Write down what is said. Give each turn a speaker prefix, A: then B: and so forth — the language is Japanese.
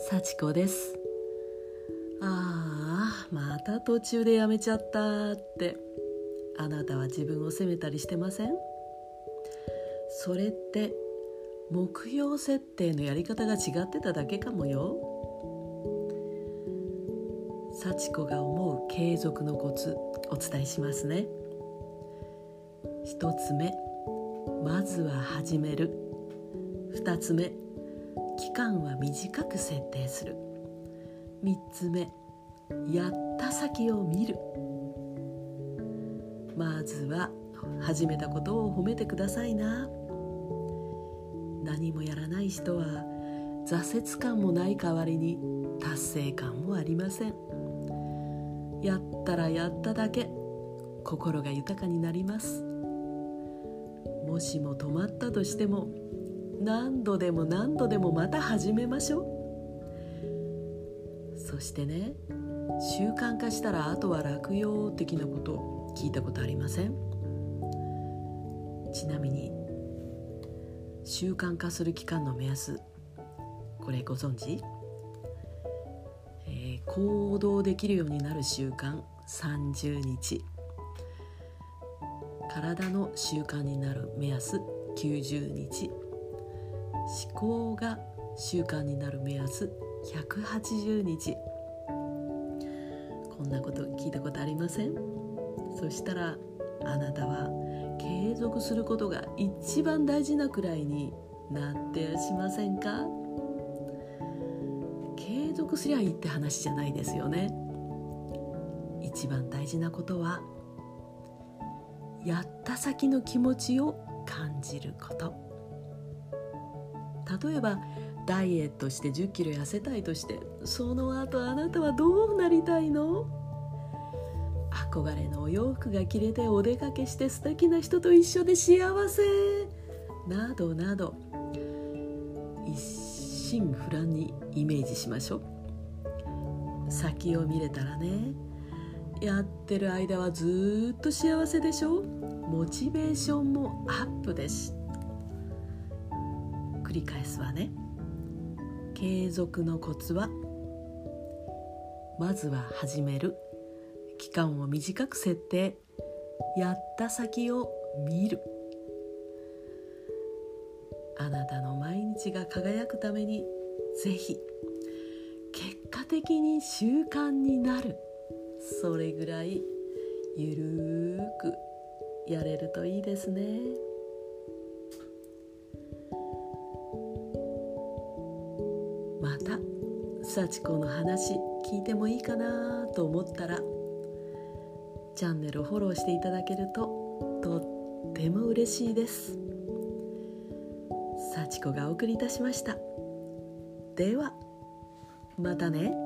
A: 幸子です。また途中でやめちゃったってあなたは自分を責めたりしてません？それって目標設定のやり方が違ってただけかもよ。幸子が思う継続のコツお伝えしますね。一つ目、まずは始める。二つ目、期間は短く設定する。三つ目、やった先を見る。まずは始めたことを褒めてくださいな。何もやらない人は挫折感もない代わりに達成感もありません。やったらやっただけ心が豊かになります。もしも止まったとしても何度でもまた始めましょう。そしてね、習慣化したらあとは楽よ的なこと聞いたことありません？ちなみに習慣化する期間の目安、これご存知？行動できるようになる習慣30日、体の習慣になる目安90日、思考が習慣になる目安180日。こんなこと聞いたことありません？そしたらあなたは継続することが一番大事なくらいになってしませんか？継続すりゃいいって話じゃないですよね。一番大事なことはやった先の気持ちを感じること。例えばダイエットして10キロ痩せたいとして、その後あなたはどうなりたいの？憧れのお洋服が着れてお出かけして素敵な人と一緒で幸せなどなど、一心不乱にイメージしましょう。先を見れたらね、やってる間はずっと幸せでしょ。モチベーションもアップです。繰り返すわね。継続のコツは、まずは始める。期間を短く設定。やった先を見る。あなたの毎日が輝くために、ぜひ結果的に習慣になる。それぐらいゆるくやれるといいですね。また幸子の話聞いてもいいかなと思ったら、チャンネルをフォローしていただけるととっても嬉しいです。幸子がお送りいたしました。ではまたね。